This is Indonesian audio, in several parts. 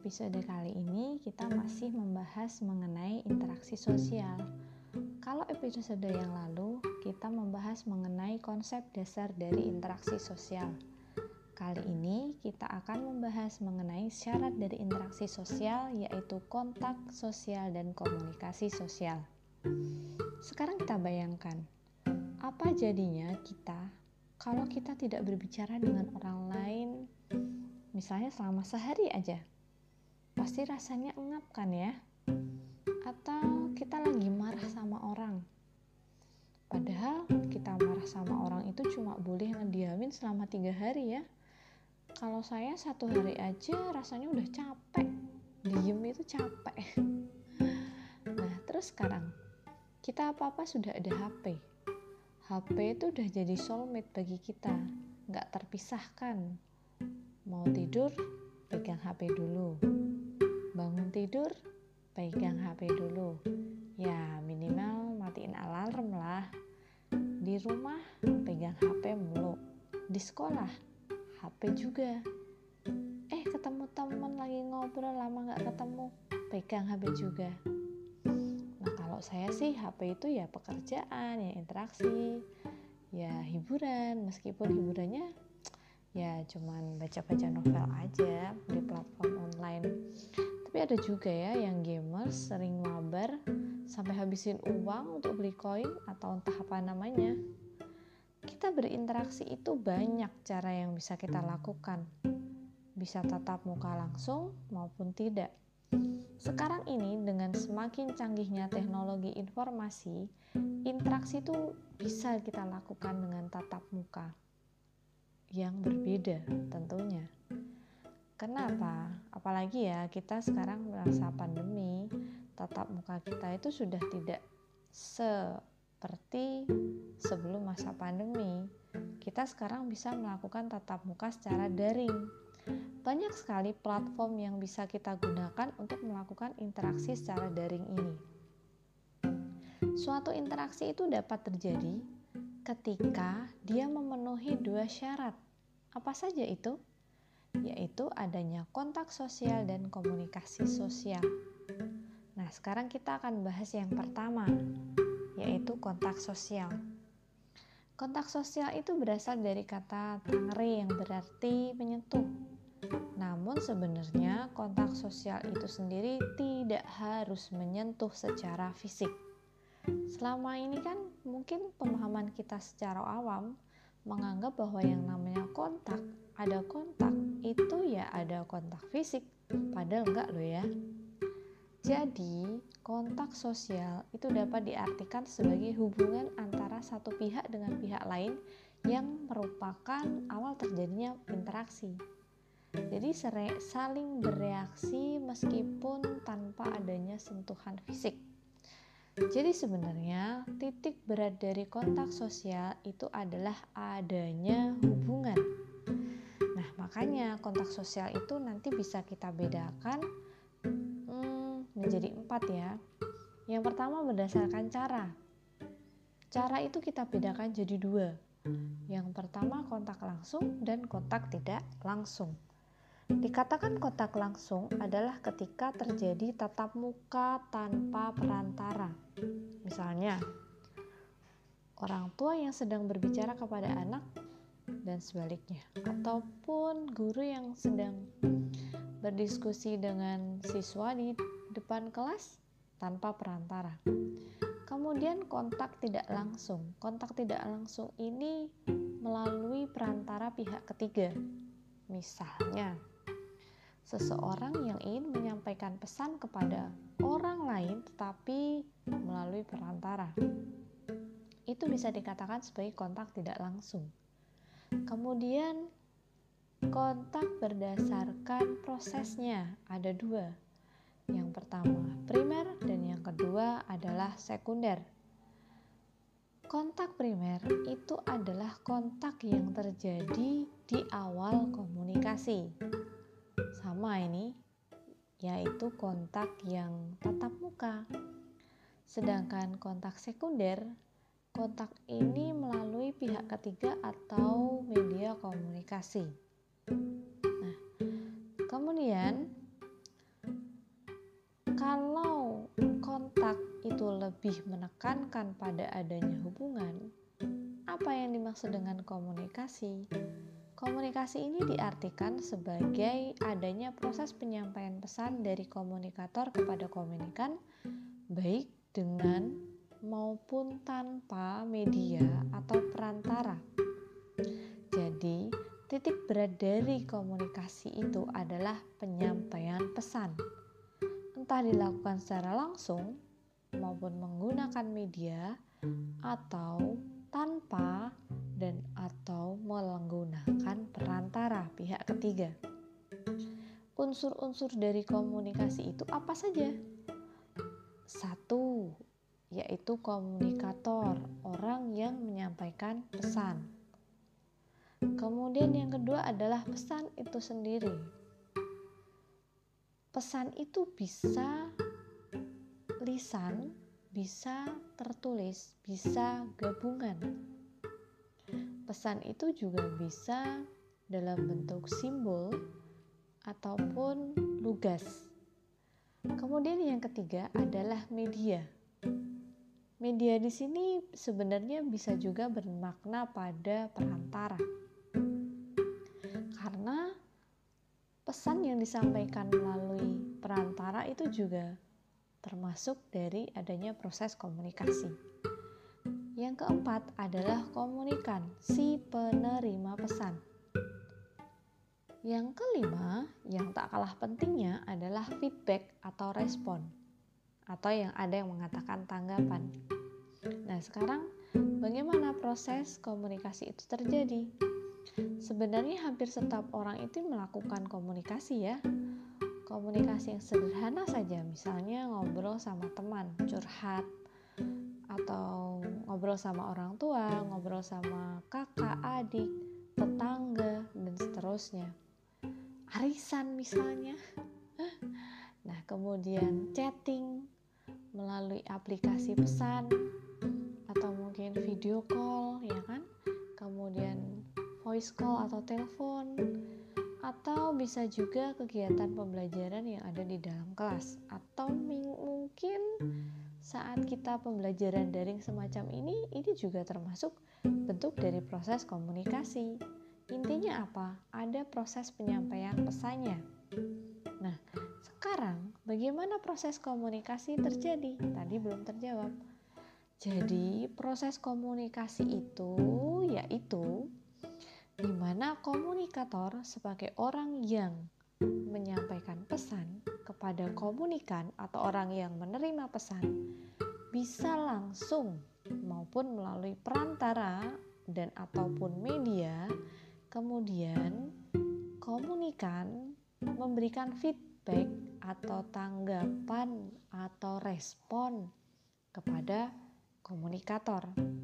episode kali ini kita masih membahas mengenai interaksi sosial. Kalau episode yang lalu kita membahas mengenai konsep dasar dari interaksi sosial. Kali ini kita akan membahas mengenai syarat dari interaksi sosial, yaitu kontak sosial dan komunikasi sosial. Sekarang kita bayangkan, apa jadinya kita kalau kita tidak berbicara dengan orang lain, misalnya selama sehari aja? Pasti rasanya engap kan ya? Atau kita lagi marah sama orang, padahal kita marah sama orang itu cuma boleh ngediamin selama 3 hari ya. Kalau saya 1 hari aja rasanya udah capek, diem itu capek. Nah terus sekarang kita apa-apa sudah ada HP. HP itu udah jadi soulmate bagi kita, gak terpisahkan. Mau tidur, pegang HP dulu. Bangun tidur, pegang HP dulu. Ya minimal matiin alarm lah. Di rumah, pegang HP mulu. Di sekolah, HP juga. Ketemu teman lagi ngobrol lama gak ketemu, pegang HP juga. Nah kalau saya sih HP itu ya pekerjaan, ya interaksi, ya hiburan. Meskipun hiburannya ya cuman baca-baca novel aja di platform online. Tapi ada juga ya yang gamers sering mabar sampai habisin uang untuk beli koin atau entah apa namanya. Kita berinteraksi itu banyak cara yang bisa kita lakukan. Bisa tatap muka langsung maupun tidak. Sekarang ini dengan semakin canggihnya teknologi informasi, interaksi itu bisa kita lakukan dengan tatap muka yang berbeda tentunya. Kenapa? Apalagi ya kita sekarang merasa pandemi, tatap muka kita itu sudah tidak seperti sebelum masa pandemi. Kita sekarang bisa melakukan tatap muka secara daring. Banyak sekali platform yang bisa kita gunakan untuk melakukan interaksi secara daring ini. Suatu interaksi itu dapat terjadi ketika dia memenuhi 2 syarat. Apa saja itu? Yaitu adanya kontak sosial dan komunikasi sosial. Nah, sekarang kita akan bahas yang pertama, yaitu kontak sosial. Kontak sosial itu berasal dari kata tangre yang berarti menyentuh. Namun sebenarnya kontak sosial itu sendiri tidak harus menyentuh secara fisik. Selama ini kan mungkin pemahaman kita secara awam menganggap bahwa yang namanya kontak, ada kontak, itu ya ada kontak fisik, padahal enggak loh ya. Jadi, kontak sosial itu dapat diartikan sebagai hubungan antara satu pihak dengan pihak lain yang merupakan awal terjadinya interaksi. Jadi saling bereaksi meskipun tanpa adanya sentuhan fisik. Jadi sebenarnya titik berat dari kontak sosial itu adalah adanya hubungan. Nah makanya kontak sosial itu nanti bisa kita bedakan menjadi 4 ya. Yang pertama berdasarkan cara. Cara itu kita bedakan jadi 2. Yang pertama kontak langsung dan kontak tidak langsung. Dikatakan kontak langsung adalah ketika terjadi tatap muka tanpa perantara. Misalnya, orang tua yang sedang berbicara kepada anak dan sebaliknya, ataupun guru yang sedang berdiskusi dengan siswa di depan kelas tanpa perantara. Kemudian kontak tidak langsung. Kontak tidak langsung ini melalui perantara pihak ketiga. Misalnya, seseorang yang ingin menyampaikan pesan kepada orang lain tetapi melalui perantara. Itu bisa dikatakan sebagai kontak tidak langsung. Kemudian kontak berdasarkan prosesnya ada 2. Yang pertama primer dan yang kedua adalah sekunder. Kontak primer itu adalah kontak yang terjadi di awal komunikasi. Sama ini, yaitu kontak yang tatap muka. Sedangkan kontak sekunder, kontak ini melalui pihak ketiga atau media komunikasi. Nah, kemudian Kalau kontak itu lebih menekankan pada adanya hubungan, apa yang dimaksud dengan komunikasi? Komunikasi ini diartikan sebagai adanya proses penyampaian pesan dari komunikator kepada komunikan, baik dengan maupun tanpa media atau perantara. Jadi, titik berat dari komunikasi itu adalah penyampaian pesan. Entah dilakukan secara langsung maupun menggunakan media atau tanpa dan atau menggunakan perantara pihak ketiga. Unsur-unsur dari komunikasi itu apa saja? 1, yaitu komunikator, orang yang menyampaikan pesan. Kemudian yang kedua adalah pesan itu sendiri. Pesan itu bisa lisan, bisa tertulis, bisa gabungan. Pesan itu juga bisa dalam bentuk simbol ataupun lugas. Kemudian yang ketiga adalah media. Media di sini sebenarnya bisa juga bermakna pada perantara. Karena pesan yang disampaikan melalui perantara itu juga termasuk dari adanya proses komunikasi. Yang keempat adalah komunikan, si penerima pesan. Yang kelima, yang tak kalah pentingnya adalah feedback atau respon, atau yang ada yang mengatakan tanggapan. Nah, sekarang bagaimana proses komunikasi itu terjadi? Sebenarnya hampir setiap orang itu melakukan komunikasi ya. Komunikasi yang sederhana saja, misalnya ngobrol sama teman, curhat, atau ngobrol sama orang tua, ngobrol sama kakak, adik, tetangga, dan seterusnya. Arisan misalnya. Nah, kemudian chatting melalui aplikasi pesan atau mungkin video call, ya kan? Kemudian voice call atau telepon, atau bisa juga kegiatan pembelajaran yang ada di dalam kelas, atau mungkin saat kita pembelajaran daring semacam ini juga termasuk bentuk dari proses komunikasi. Intinya apa? Ada proses penyampaian pesannya. Nah, sekarang bagaimana proses komunikasi terjadi? Tadi belum terjawab. Jadi, proses komunikasi itu yaitu di mana komunikator sebagai orang yang menyampaikan pesan kepada komunikan atau orang yang menerima pesan bisa langsung maupun melalui perantara dan ataupun media. Kemudian komunikan memberikan feedback atau tanggapan atau respon kepada komunikator.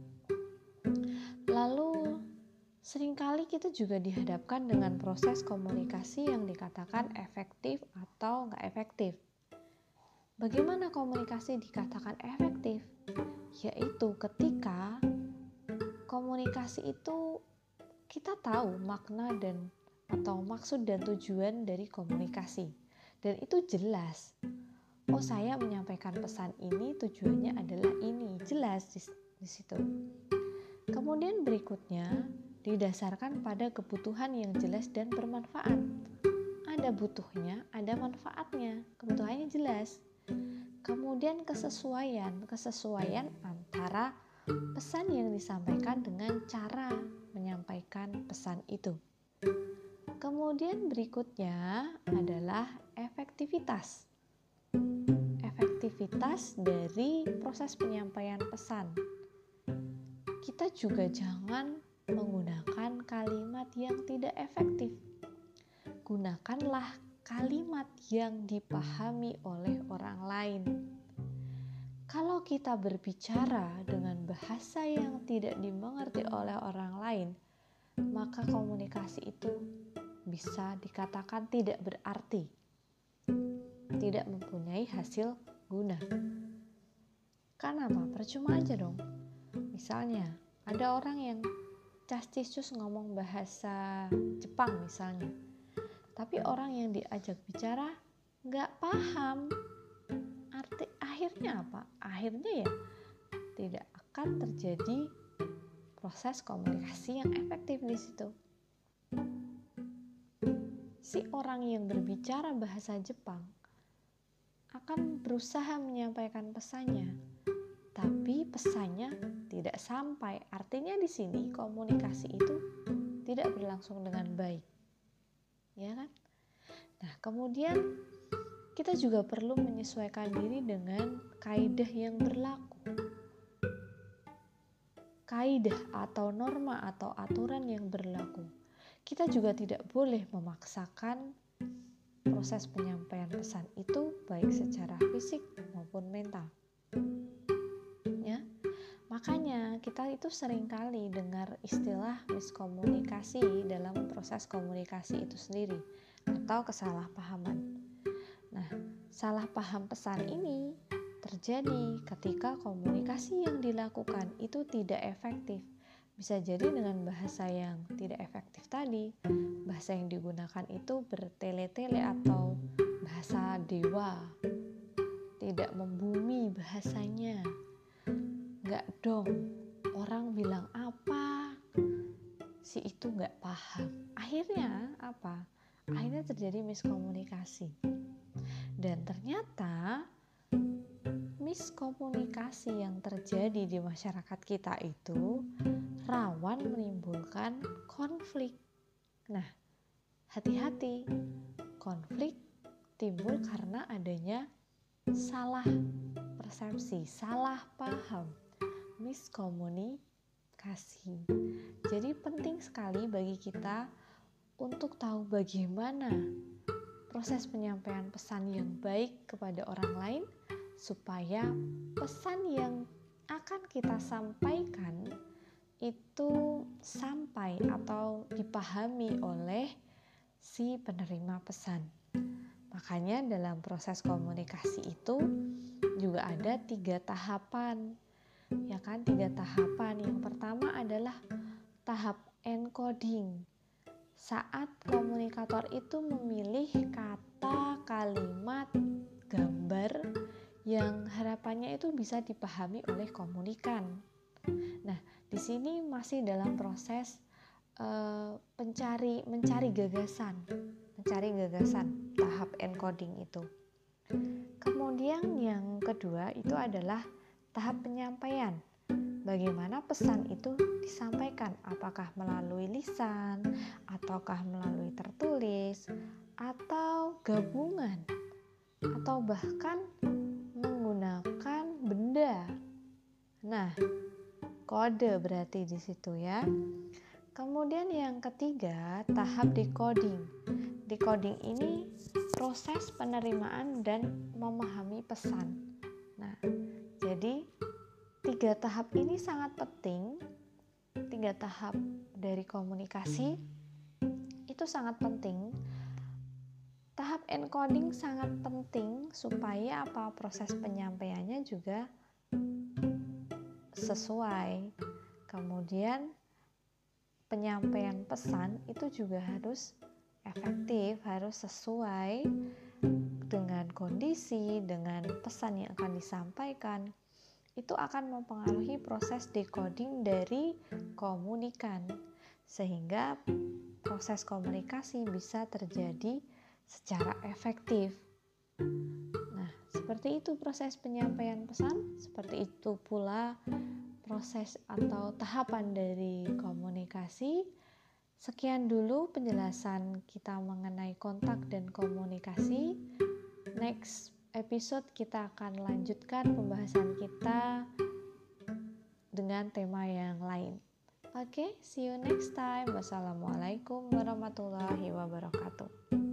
Lalu seringkali kita juga dihadapkan dengan proses komunikasi yang dikatakan efektif atau nggak efektif. Bagaimana komunikasi dikatakan efektif? Yaitu ketika komunikasi itu kita tahu makna dan atau maksud dan tujuan dari komunikasi. Dan itu jelas. Oh, saya menyampaikan pesan ini tujuannya adalah ini, jelas di situ. Kemudian berikutnya didasarkan pada kebutuhan yang jelas dan bermanfaat. Ada butuhnya, ada manfaatnya, kebutuhannya jelas. Kemudian kesesuaian antara pesan yang disampaikan dengan cara menyampaikan pesan itu. Kemudian berikutnya adalah efektivitas. Efektivitas dari proses penyampaian pesan. Kita juga jangan menggunakan kalimat yang tidak efektif. Gunakanlah kalimat yang dipahami oleh orang lain. Kalau kita berbicara dengan bahasa yang tidak dimengerti oleh orang lain, maka komunikasi itu bisa dikatakan tidak berarti, tidak mempunyai hasil guna. Karena apa? Percuma aja dong. Misalnya, ada orang yang cas-cis ngomong bahasa Jepang misalnya, tapi orang yang diajak bicara nggak paham. akhirnya apa? Akhirnya ya tidak akan terjadi proses komunikasi yang efektif di situ. Si orang yang berbicara bahasa Jepang akan berusaha menyampaikan pesannya, tapi pesannya tidak sampai. Artinya di sini komunikasi itu tidak berlangsung dengan baik. Ya kan? Nah, kemudian kita juga perlu menyesuaikan diri dengan kaidah yang berlaku. Kaidah atau norma atau aturan yang berlaku. Kita juga tidak boleh memaksakan proses penyampaian pesan itu baik secara fisik maupun mental. Ya. Makanya kita itu seringkali dengar istilah miskomunikasi dalam proses komunikasi itu sendiri atau kesalahpahaman. Nah, salah paham pesan ini terjadi ketika komunikasi yang dilakukan itu tidak efektif. Bisa jadi dengan bahasa yang tidak efektif tadi, bahasa yang digunakan itu bertele-tele atau bahasa dewa, tidak membumi bahasanya. Enggak dong, orang bilang apa, si itu enggak paham. Akhirnya apa? Akhirnya terjadi miskomunikasi. Dan ternyata miskomunikasi yang terjadi di masyarakat kita itu rawan menimbulkan konflik. Nah, hati-hati, konflik timbul karena adanya salah persepsi, salah paham, miskomunikasi. Jadi penting sekali bagi kita untuk tahu bagaimana proses penyampaian pesan yang baik kepada orang lain supaya pesan yang akan kita sampaikan itu sampai atau dipahami oleh si penerima pesan. Makanya dalam proses komunikasi itu juga ada 3 tahapan. Ya kan, 3 tahapan. Yang pertama adalah tahap encoding. Saat komunikator itu memilih kata, kalimat, gambar yang harapannya itu bisa dipahami oleh komunikan. Nah, di sini masih dalam proses mencari gagasan tahap encoding itu. Kemudian yang kedua itu adalah tahap penyampaian. Bagaimana pesan itu disampaikan, apakah melalui lisan, ataukah melalui tertulis, atau gabungan, atau bahkan menggunakan benda. Nah, kode berarti di situ ya. Kemudian yang ketiga, tahap decoding. Decoding ini proses penerimaan dan memahami pesan. Nah, jadi 3 tahap ini sangat penting. 3 tahap dari komunikasi itu sangat penting. Tahap encoding sangat penting supaya proses penyampaiannya juga sesuai. Kemudian penyampaian pesan itu juga harus efektif, harus sesuai dengan kondisi, dengan pesan yang akan disampaikan. Itu akan mempengaruhi proses decoding dari komunikan, sehingga proses komunikasi bisa terjadi secara efektif. Nah, seperti itu proses penyampaian pesan, seperti itu pula proses atau tahapan dari komunikasi. Sekian dulu penjelasan kita mengenai kontak dan komunikasi. Next episode kita akan lanjutkan pembahasan kita dengan tema yang lain. Oke, see you next time. Wassalamualaikum warahmatullahi wabarakatuh.